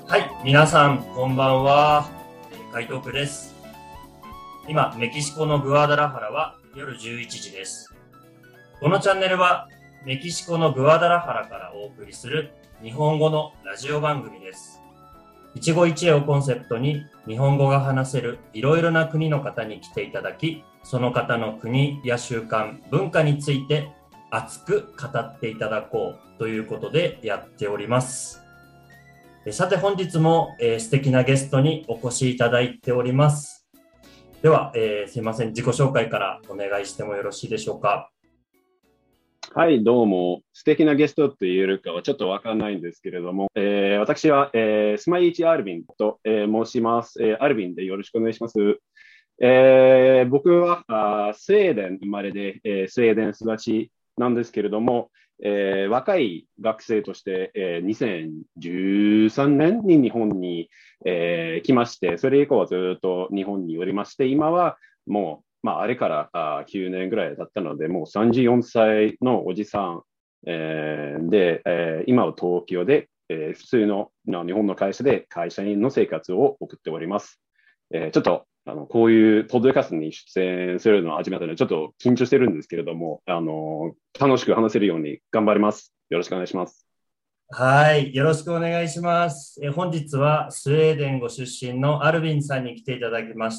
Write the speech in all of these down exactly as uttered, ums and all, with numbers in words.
はい、皆さん、こんばんは。海東区です。今、メキシコのグアダラハラは夜じゅういちじです。このチャンネルは、メキシコのグアダラハラからお送りする日本語のラジオ番組です。一期一会をコンセプトに、日本語が話せるいろいろな国の方に来ていただき、その方の国や習慣、文化について熱く語っていただこうということでやっております。さて本日も、えー、素敵なゲストにお越しいただいております。では、えー、すいません、自己紹介からお願いしてもよろしいでしょうか。 はい、どうも。素敵なゲストって言えるかはちょっとわからないんですけれども、えー、私は、えー、スマイイチ・アルビンと、えー、申します、えー。アルビンでよろしくお願いします。えー、僕はあスウェーデン生まれで、えー、スウェーデン育ちなんですけれども、えー、若い学生として、えー、にせんじゅうさんねんに日本に、えー、来まして、それ以降はずっと日本におりまして、今はもう、まあ、あれからあきゅうねんぐらいだったので、もうさんじゅうよんさいのおじさん、えー、で、えー、今は東京で、えー、普通の日本の会社で会社員の生活を送っております。えー、ちょっとあのこういうポッドキャストに出演するのを始めたので、ちょっと緊張してるんですけれども、あの楽しく話せるように頑張ります。よろしくお願いします。 はい、よろしくお願いします。え本日はスウェーデンご出身のアルビンさんに来ていただきました。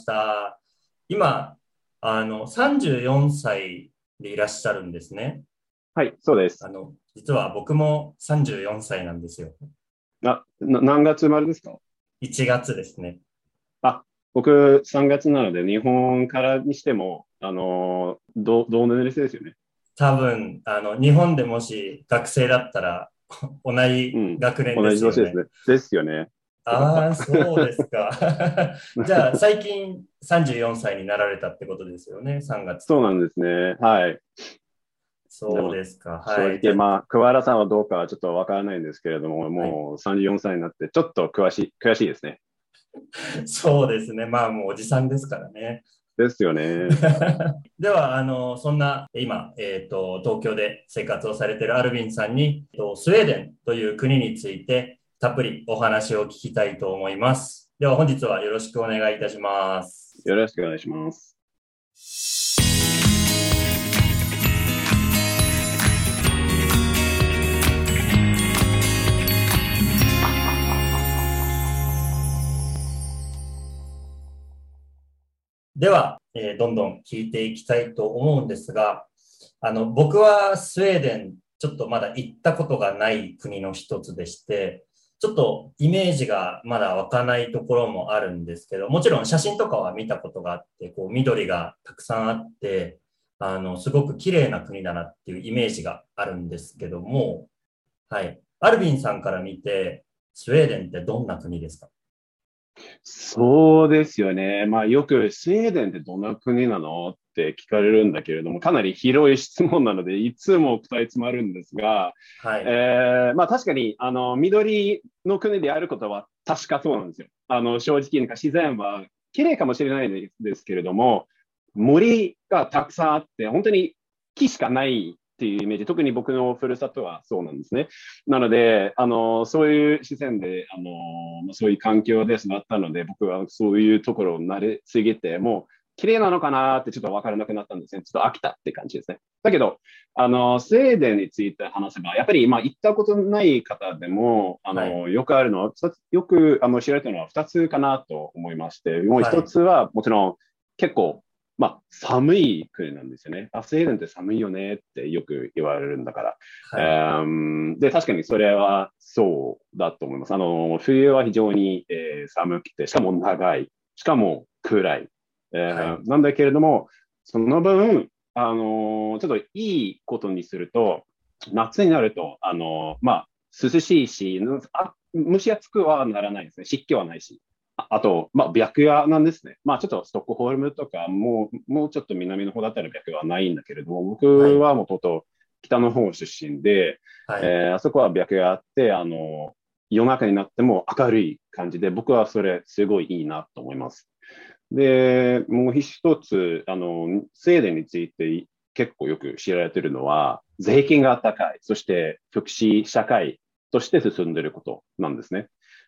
今、あの、さんじゅうよんさいでいらっしゃるんですね。 はい、そうです。 あの、実は僕もさんじゅうよんさいなんですよ。 あ、な何月生まれですか？ いちがつですね。 あ、僕さんがつなので、日本からにしても、あの同、同年齢ですよね。 多分、あの、日本でもし学生だったら同うん。 じ学年で同じすよね。 年ですね。ですよね。よかった。 ああ、そうですか。じゃあ、最近さんじゅうよんさいになられたってことですよね、さんがつから。 そうなんですね。はい。でそうも、 ですか。はい。じ正直、 ゃあ、 まあ、桑原さんはどうかはちょっとわからないんですけれども、 はい。 もうさんじゅうよんさいになって、ちょっと詳しい、悔しいですね。 そうですね。まあ、もうおじさんですからね。 ですよね。 では、あの、そんな、今、えっと、東京で生活をされているアルビンさんに、えっとスウェーデンという国について、たっぷりお話を聞きたいと思います。では、本日はよろしくお願いいたします。 よろしくお願いします。 では、えーどんどん聞いていきたいと思うんですが、あの、僕はスウェーデン、ちょっとまだ行ったことがない国の一つでして、ちょっとイメージがまだ湧かないところもあるんですけど、もちろん写真とかは見たことがあって、こう緑がたくさんあって、あの、すごく綺麗な国だなっていうイメージがあるんですけども、はい。アルビンさんから見て、スウェーデンってどんな国ですか？ そうですよね。まあ、よくスウェーデンってどんな国なのって聞かれるんだけれども、かなり広い質問なので、いつも答え詰まるんですが、 はい。 えー、まあ確かに、あの、緑の国であることは確かそうなんですよ。あの、正直、なんか自然は綺麗かもしれないですけれども、森がたくさんあって、本当に木しかないっていうイメージ、特に僕のふるさとはそうなんですね。なので、あの、そういう自然で、あの、そういう環境で育ったので、僕はそういうところを慣れすぎて、もう、綺麗なのかなってちょっと分からなくなったんですね。ちょっと飽きたって感じですね。だけど、あの、スウェーデンについて話せば、やっぱり、まあ、行ったことない方でも、あはい。 の、よくあるのは、よく、あの、知られてるのはふたつかなと思いまして、もう1 はい。 つは、もちろん、結構、まあ、寒い国なんですよね。あ、スウェーデンって寒いよねってよく言われるんだから。えはい。 ー、で、確かにそれはそうだと思います。あの、冬は非常に、えー寒くて、しかも長い、しかも暗い。えはい。 ーなんだけれども、その分、あのーちょっといいことにすると、夏になると、あのーまあ、涼しいし、あ蒸し暑くはならないですね。湿気はないし。ああと、まあ、白夜なんですね。まあ、ちょっとストックホルムとか、もう、もうちょっと南の方だったら白夜はないんだけれども、僕はい。 はもともと北の方出身で、 はい。 えーあそこは白夜あって、あの、夜中になっても明るい感じで、僕はそれすごいいいなと思います。で、もう一つ、あの、スウェーデンについて結構よく知られているのは、税金が高い、そして福祉社会として進んでいることなんですね。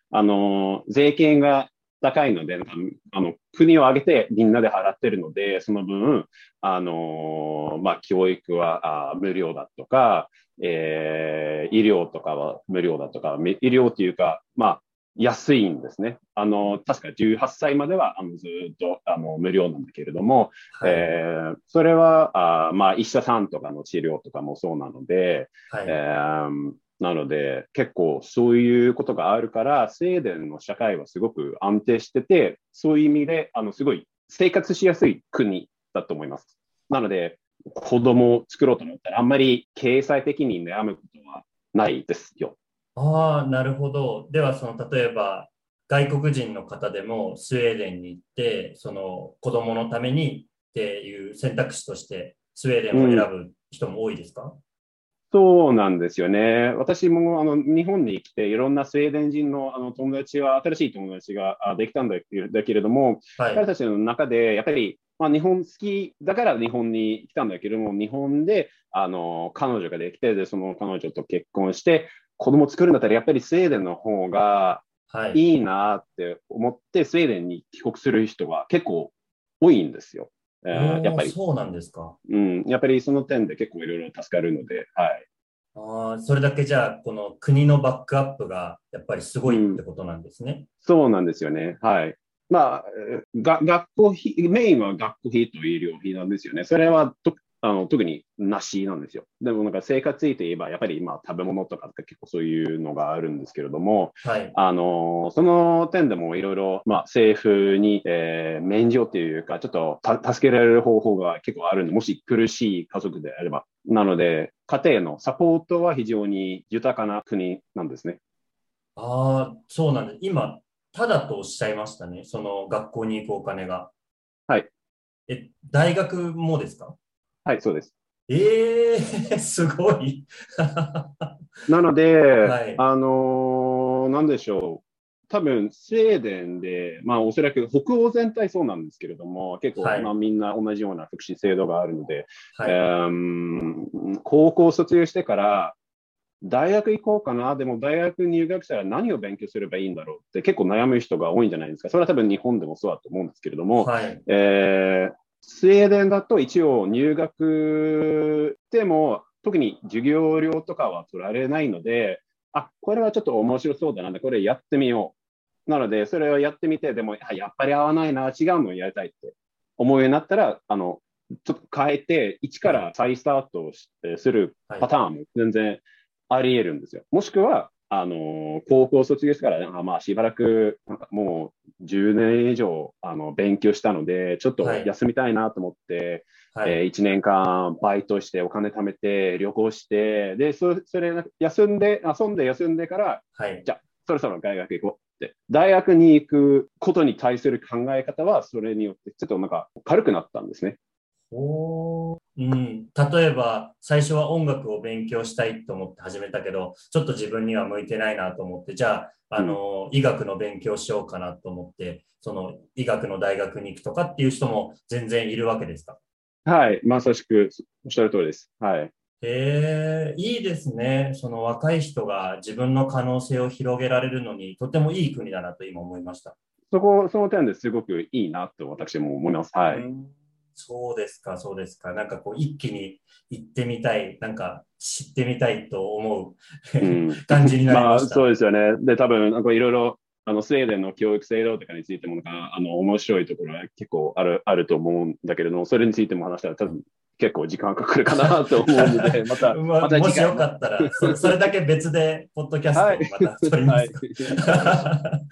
あの、税金が高いので、あの、国を挙げてみんなで払ってるので、その分、あの、まあ、教育はあ無料だとか、えー、医療とかは無料だとか、医療っていうか、まあ、安いんですね。あの、確かじゅうはっさいまではあのずっとあの無料なんだけれども、はい、えー、それは、あまあ、医者さんとかの治療とかもそうなので、はい、えー、なので、結構そういうことがあるから、スウェーデンの社会はすごく安定してて、そういう意味で、あの、すごい生活しやすい国だと思います。なので、子供を作ろうと思ったら、あんまり経済的に悩むことはないですよ。 ああ、なるほど。では、その、例えば、外国人の方でもスウェーデンに行って、その子供のためにっていう選択肢として、スウェーデンを選ぶ人も多いですか？うん、 そうなんですよね。私もあの日本に来て、いろんなスウェーデン人のあの友達は、新しい友達ができたんだけれども、はい、彼たちの中で、やっぱり、まあ、日本好きだから日本に来たんだけれども、日本であの彼女ができて、で、その彼女と結婚して、子供を作るんだったら、やっぱりスウェーデンの方がいいなって思って、はい、スウェーデンに帰国する人は結構多いんですよ。 えー、やっぱり。そうなんですか。 うん。やっぱりその点で結構いろいろ助かるので、はい。 ああ、それだけじゃあ、この国のバックアップがやっぱりすごいってことなんですね。うん、 そうなんですよね。はい。まあ、が学校費、メインは学校費と医療費なんですよね。それはとあの特になしなんですよ。でもなんか生活費といえば、やっぱり今食べ物とかって結構そういうのがあるんですけれども、はい、あのその点でもいろいろ政府に、えー、免除っていうか、ちょっと助けられる方法が結構あるんで、もし苦しい家族であれば。なので、家庭のサポートは非常に豊かな国なんですね。 ああ、そうなんです。今、ただとおっしゃいましたね。その学校に行くお金が。 はい。 え、大学もですか？ はい、そうです。 ええー、すごい。 なので、はい、あのー、なんでしょう。多分、スウェーデンで、まあ、おそらく北欧全体そうなんですけれども、結構、はい、まあ、みんな同じような福祉制度があるので、はい、えー、高校卒業してから、大学行こうかな、でも大学入学したら何を勉強すればいいんだろうって結構悩む人が多いんじゃないですか。それは多分日本でもそうだと思うんですけれども、はい、えー、スウェーデンだと一応入学でも特に授業料とかは取られないので、あ、これはちょっと面白そうだな、これやってみよう。なので、それをやってみて、でもやっぱり合わないな、違うのをやりたいって思うようになったら、あの、ちょっと変えて、一から再スタートするパターンも全然あり得るんですよ。もしくは、あの、高校卒業してから、まあ、しばらく、なんかもうじゅうねん以上、あの、勉強したので、ちょっと休みたいなと思って、はい、えー、いちねんかんバイトしてお金貯めて、旅行して、で、そそれ、休んで、遊んで休んでから、はい、じゃあ、そろそろ大学行こうって。大学に行くことに対する考え方は、それによって、ちょっとなんか軽くなったんですね。 おー、うん、例えば最初は音楽を勉強したいと思って始めたけど、ちょっと自分には向いてないなと思って、じゃあ、あの、うん、医学の勉強しようかなと思って、その医学の大学に行くとかっていう人も全然いるわけですか？ はい、まさしくおっしゃる通りです。はい。 へえ、いいですね。その若い人が自分の可能性を広げられるのに、とてもいい国だなと今思いました。 そこ、その点ですごくいいなと私も思います。はい。 そうですか、そうですか。なんかこう、一気に行ってみたい、なんか知ってみたいと思う、うん、感じになりました。 まあ、そうですよね。で、多分、なんかいろいろ、あの、スウェーデンの教育制度とかについても、なんか、あの、面白いところは結構ある、あると思うんだけれども、それについても話したら多分、結構時間かかるかなと思うので、また、またもしよかったらそ、それだけ別で、ポッドキャストをまた撮りますか。はい。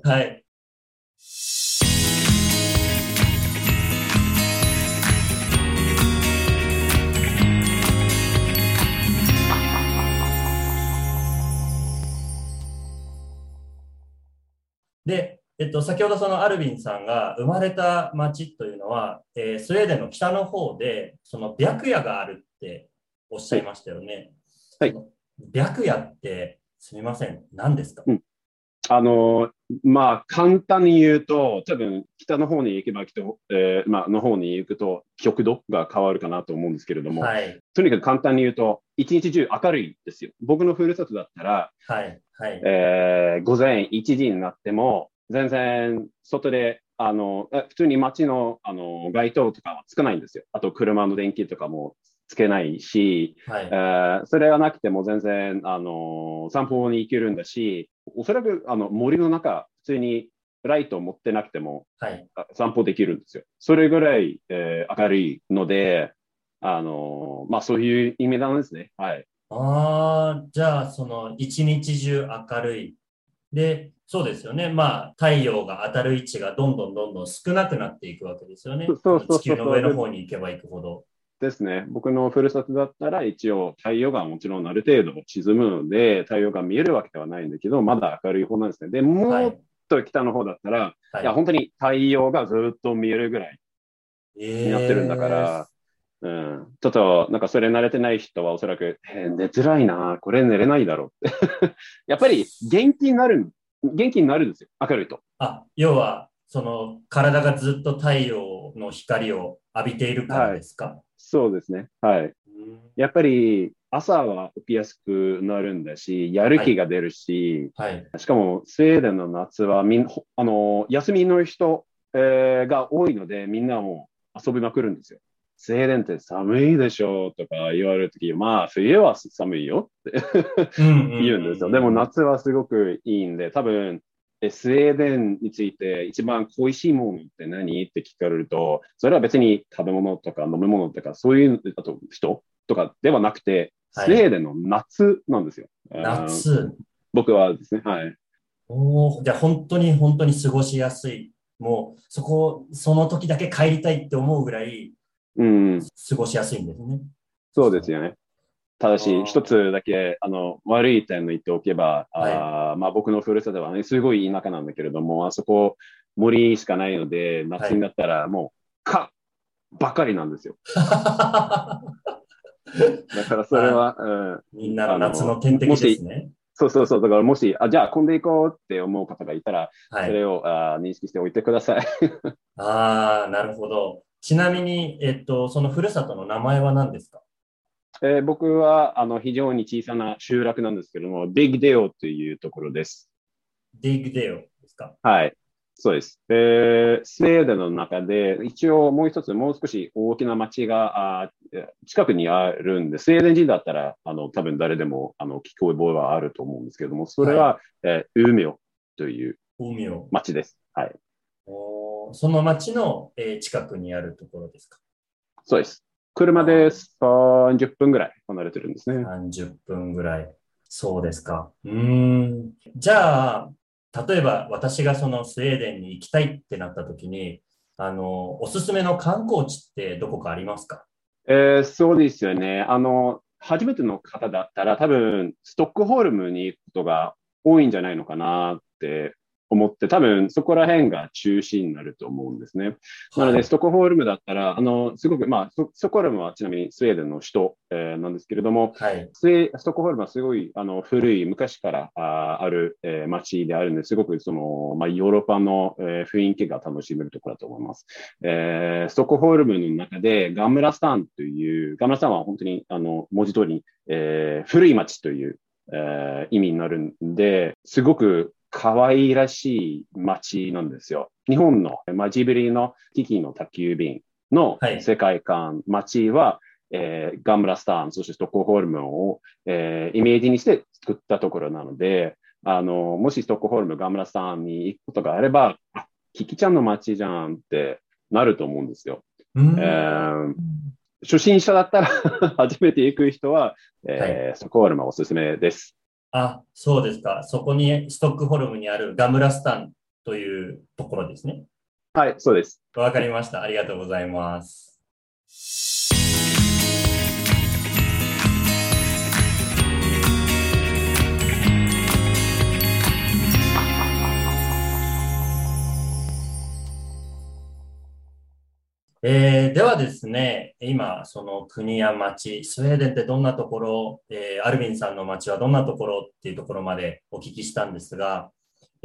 はい。で、えっと、先ほどそのアルビンさんが生まれた町というのは、えー、スウェーデンの北の方で、その白夜があるっておっしゃいましたよね。 はい。はい、 白夜って、すみません、何ですか？ うん、 あの、まあ、簡単に言うと、多分、北の方に行けば、北、えーまあ、の方に行くと、極度が変わるかなと思うんですけれども、 はい。 とにかく簡単に言うと、一日中明るいですよ。僕のふるさとだったら、 はい。はい。 えー午前いちじになっても、全然外で、あの、え普通に街の、あの街灯とかはつかないんですよ。あと車の電気とかもつけないし、えはい。 ーそれがなくても全然、あの散歩に行けるんだし、おそらくあの森の中、普通にライトを持ってなくてもはい。 あ散歩できるんですよ。それぐらい、えー明るいので、あのまあそういう意味なんですね。はい。 ああ、じゃあ、その、一日中明るい。で、そうですよね。まあ、太陽が当たる位置がどんどんどんどん少なくなっていくわけですよね。そそうの地球の上そうそうそう。での方に行けば行くほど。 ですね。僕のふるさとだったら、一応太陽がもちろんある程度沈むので、太陽が見えるわけではないんだけど、まだ明るい方なんですね。で、もっはい。 と北の方だったら、いや、 はい。 本当に太陽がずっと見えるぐらいになってるんだかええ、 ら、うん、ちょっと、なんかそれ慣れてない人はおそらく、えー寝づらいな、これ寝れないだろうって。やっぱり元気になる、元気になるんですよ、明るいと。 あ、要は、その、体がずっと太陽の光を浴びているからはい。 ですか？ そうですね。はい。 うん。 やっぱり朝は起きやすくなるんだし、やるはい。 気が出るし、 はい。 しかもスウェーデンの夏はみんな、あの、休みの人、えーが多いので、みんなもう遊びまくるんですよ。スウェーデンって寒いでしょとか言われるとき、まあ、冬は寒いよってうんうん言うんですよ。でもうん夏はすごくいいんで、多分、えスウェーデンについて一番恋しいものって何って聞かれると、それは別に食べ物とか飲み物とか、そういう、あと人とかではなくて、 はい。 スウェーデンの夏なんですよ。あ夏。 僕はですね、はい。 おー、じゃあ本当に本当に過ごしやすい。もう、そこ、その時だけ帰りたいって思うぐらいうん、 過ごしやすいんですね。そしたら。 そうですよね。ただあし、一ー、 つだけ、あの、悪い点を言っておけば、 はい。 あまあ僕のふるさとはね、すごい田舎なんだけれども、あそこ森しかないので、 はい。 夏になったらもう、蚊ばかりなんですよ。だからそれあ、 は、うん、 みんなのあの、 夏の天敵もし、 ですね。 そうそうそう、だからもし、あ、じゃあ、混んでいこうって思う方がいたら、 はい。 それをあ認識しておいてください。 ああ、なるほど。ちなみに、えっと、そのふるさとの名前は何ですか？ えー僕は、あの、非常に小さな集落なんですけども、ビッグデオというところです。 ディグデオですか？ はい。そうです。で、スウェーデンの中で、一応もう一つ、もう少し大きな町が、あ近くにあるんで、スウェーデン人だったら、あの、多分誰でも、あの、聞こえ覚えはあると思うんですけれども、それはい。 は、えーウーミョという海を。 町です。はい。 おー、その町の、えー近くにあるところですか？ そうです。車であー、 さんじゅっぷんぐらい離れてるんですね。 さんじゅっぷんぐらい。そうですか。うーん。じゃあ、例えば私がそのスウェーデンに行きたいってなった時に、あの、おすすめの観光地ってどこかありますか？ えーそうですよね。あの、初めての方だったら多分、ストックホルムに行くことが多いんじゃないのかなって思って、多分そこら辺が中心になると思うんですね。なので、スはい。 トックホルムだったら、あの、すごく、まあ、ストックホルムはちなみにスウェーデンの首都、えーなんですけれども、 はい。 スウェストックホルムはすごいあの古い昔からあある、えー街であるので、すごくその、まあ、ヨーロッパの、えー雰囲気が楽しめるところだと思います。えーストックホルムの中でガムラスタンという、ガムラスタンは本当にあの文字通り、えー古い街という、えー意味になるんで、すごく可愛らしい街なんですよ。日本の、まあ、ジブリのキキの宅急便のはい。 世界観、街は、えーガムラスタン、そしてストックホルムを、えーイメージにして作ったところなので、あの、もしストックホルム、ガムラスタンに行くことがあれば、あ、キキちゃんの街じゃんってなると思うんですよ。 うーえん。 ー初心者だったら初めて行く人は、 はい。 えーストックホルムはおすすめです。 あ、そうですか。そこに、ストックホルムにあるガムラスタンというところですね。 はい、そうです。 わかりました。ありがとうございます。えーではですね、今、その国や町、スウェーデンってどんなところ、えーアルビンさんの町はどんなところっていうところまでお聞きしたんですが、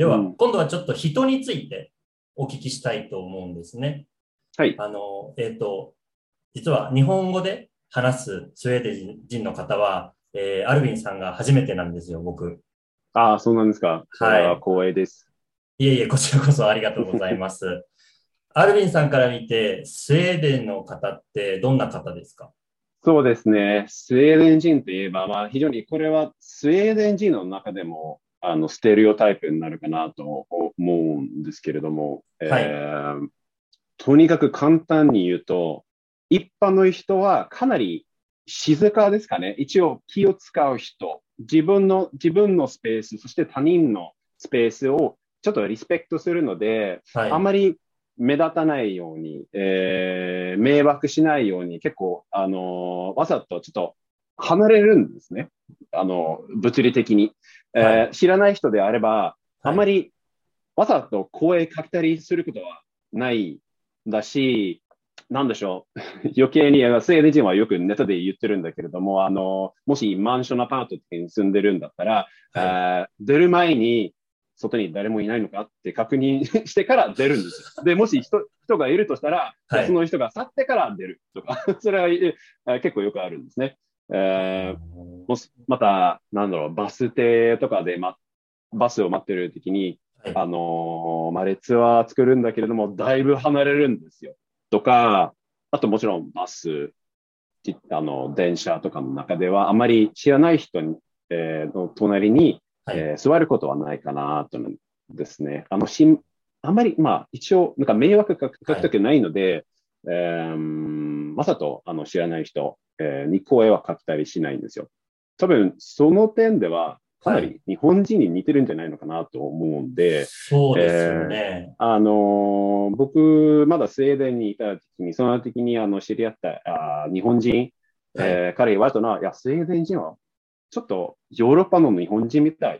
では、 うん、 今度はちょっと人についてお聞きしたいと思うんですね。 はい。 あの、えっと、実は日本語で話すスウェーデン人の方は、えーアルビンさんが初めてなんですよ、僕。 ああ、そうなんですか。それははい。 光栄です。 いえいえ、こちらこそありがとうございます。アルビンさんから見て、スウェーデンの方ってどんな方ですか？ そうですね。スウェーデン人といえば、まあ、非常にこれはスウェーデン人の中でも、あの、ステレオタイプになるかなと思うんですけれども、 はい。 えーとにかく簡単に言うと、一般の人はかなり静かですかね。一応気を使う人、自分の、自分のスペース、そして他人のスペースをちょっとリスペクトするので、 はい。 あまり目立たないように、えー、迷惑しないように、結構、あのーわざとちょっと離れるんですね。あの、物理的に。 はい。 えー知らない人であれば、あはい。 まりわざと声かけたりすることはないだし、なんでしょう。余計に、スウェーデン人はよくネタで言ってるんだけれども、あの、もしマンションアパートに住んでるんだったら、 はい。 あ出る前に、外に誰もいないのかって確認してから出るんですよ。で、もし人人がいるとしたら、じゃはい。 あその人が去ってから出るとか、それはえ結構よくあるんですね。えーもしまた、なんだろう、バス停とかで、ま、バスを待ってる時に、 はい。 あのーまあ、列は作るんだけれども、だいぶ離れるんですよ。とか、あともちろんバス、あの、電車とかの中では、あまり知らない人に、えーの隣に、 はい。 えー座ることはないかなと思うんですね。あの、しん、あまり、まあ、一応、なんか迷惑かかはい。 けたくないので、えー、わざと、あの、知らない人、えーに声はかけたりしないんですよ。多分、その点では、かはい。 なり日本人に似てるんじゃないのかなと思うんで、 そうですよえーね。 あのー僕、まだスウェーデンにいた時に、その時にあの知り合ったあ日本人、 はい。 えー彼言われたのは、いや、スウェーデン人はちょっとヨーロッパの日本人みたいって。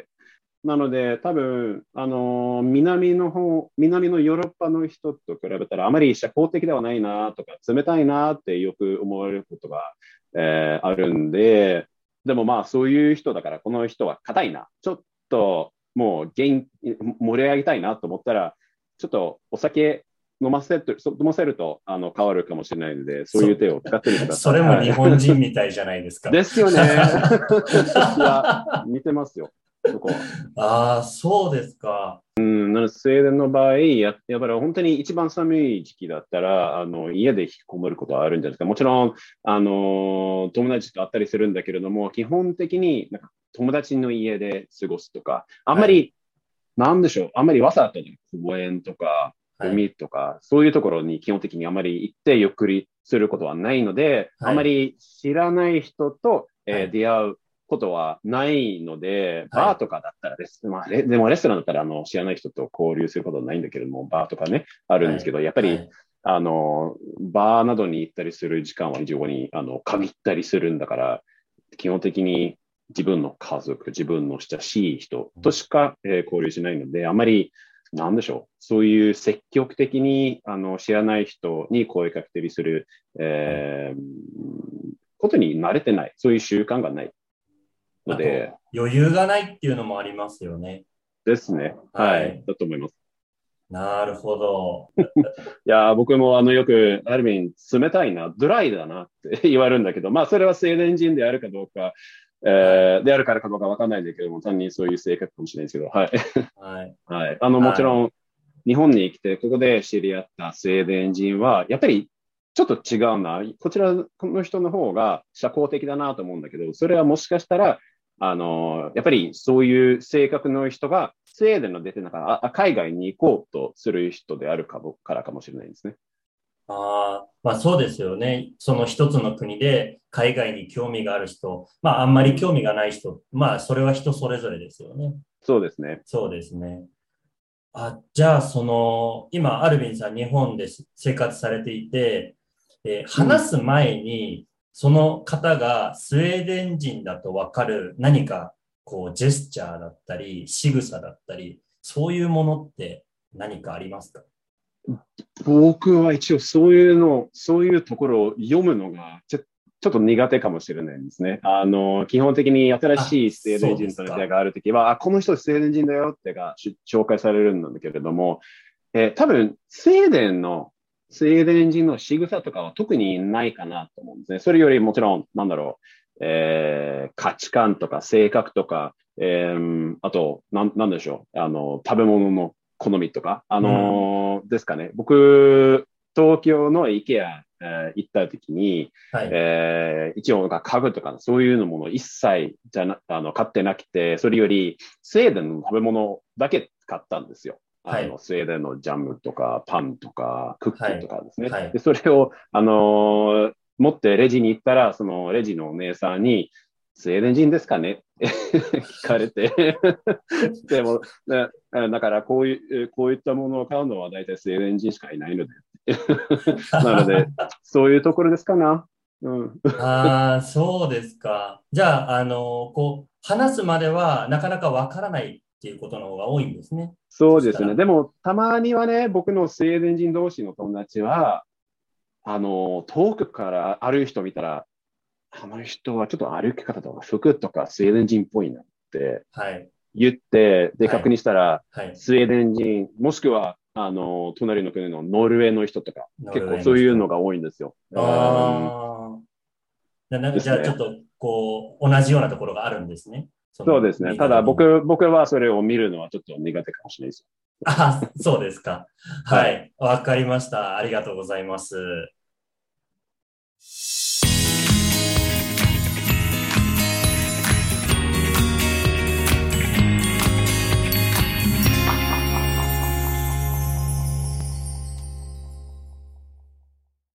なので、多分、あのー南の方、南のヨーロッパの人と比べたら、あまり社交的ではないなとか、冷たいなってよく思われることが、えーあるんで、でもまあ、そういう人だから、この人は硬いな。ちょっと、もう元、盛り上げたいなと思ったら、ちょっとお酒飲ませると、飲ませるとあの変わるかもしれないので、そういうそ、 手を使ってみてください。 それもはい。 日本人みたいじゃないですか。 ですよね。いや、似てますよ、そこは。 ああ、そうですか。 うん、なのでスウェーデンの場合、や、やっぱり本当に一番寒い時期だったら、あの、家で引きこもることはあるんじゃないですか。もちろん、あの、友達と会ったりするんだけれども、基本的になんか友達の家で過ごすとか、あんはい。 まり、なんでしょう、あんまりわざと公園とか、 はい。 海とか、そういうところに基本的にあまり行ってゆっくりすることはないので、あはい。 まり知らない人と、えーはい。 出会うことはないので、 はい。 バーとかだったらです。まあ、レでもレストランだったら、あの、知らない人と交流することはないんだけれども、バーとかね、あるんはい。 ですけど、やっぱり、 はい。 あの、バーなどに行ったりする時間は非常に、あの、限ったりするんだから、基本的に自分の家族、自分の親しい人としか、えー交流しないので、あまり、なんでしょう。そういう積極的に、あの、知らない人に声かけたりする、 はい。 えーことに慣れてない。そういう習慣がないのあと、 で、 余裕がないっていうのもありますよね。 ですね。はい。 はい。 だと思います。 なるほど。 いやー、僕もあの、よく、ある意味、冷たいな、ドライだなって言われるんだけど、まあ、それはスウェーデン人であるかどうか、 はい。 えーであるからかどうかわかんないんだけども、単にそういう性格かもしれないですけど、はい。 はい。 はい。あの、もちはい。 ろん、日本に来て、ここで知り合ったスウェーデン人は、やっぱりちょっと違うな。こちらの人の方が社交的だなと思うんだけど、それはもしかしたら、あの、やっぱりそういう性格の人が、スウェーデンの出てなから海外に行こうとする人であるかからかもしれないですね。 ああ、まあそうですよね。その一つの国で海外に興味がある人、まああんまうん。 り興味がない人、まあそれは人それぞれですよね。 そうですね。 そうですね。あ、じゃあその、今アルビンさん日本で生活されていて、えーうん。 話す前にその方がスウェーデン人だとわかる何かこうジェスチャーだったり仕草だったり、そういうものって何かありますか？ 僕は一応そういうの、そういうところを読むのがちょ、 ちょっと苦手かもしれないんですね。あの、基本的に新しいスウェーデン人との出会いがあるときは、あ、この人スウェーデン人だよってが紹介されるんだけれども、えー、多分、スウェーデンの、スウェーデン人の仕草とかは特にないかなと思うんですね。それよりもちろん、なんだろう、えー、価値観とか性格とか、えー、あと、なん、なんでしょう、あの、食べ物の好みとか、あのーうん、ですかね。僕、東京の IKEA、えー、行った時に、はい、えー、一応家具とかそういうのもの一切じゃなあの買ってなくて、それよりスウェーデンの食べ物だけ買ったんですよ。はい、あのスウェーデンのジャムとかパンとかクッキーとかですね。はいはい、でそれを、あのー、持ってレジに行ったら、そのレジのお姉さんに、スウェーデン人ですかね聞かれてでも、ね、だからこういう、こういったものを買うのは大体スウェーデン人しかいないのでなので、そういうところですかな。うん、 ああ、そうですか。じゃあ、あの、こう、話すまではなかなかわからないっていうことの方が多いんですね。 そうですね。でも、たまにはね、僕のスウェーデン人同士の友達は、あの、遠くから歩く人見たら、あの人はちょっと歩き方とか服とかスウェーデン人っぽいなって言って、で、確認したら、スウェーデン人、もしくは、あの、隣の国のノルウェーの人とか、結構そういうのが多いんですよ。 ああ。なんかじゃあちょっと、こう、同じようなところがあるんですね。 そうですね。ただ僕、僕はそれを見るのはちょっと苦手かもしれないです。 あ、そうですか。はい。わかりました。ありがとうございます。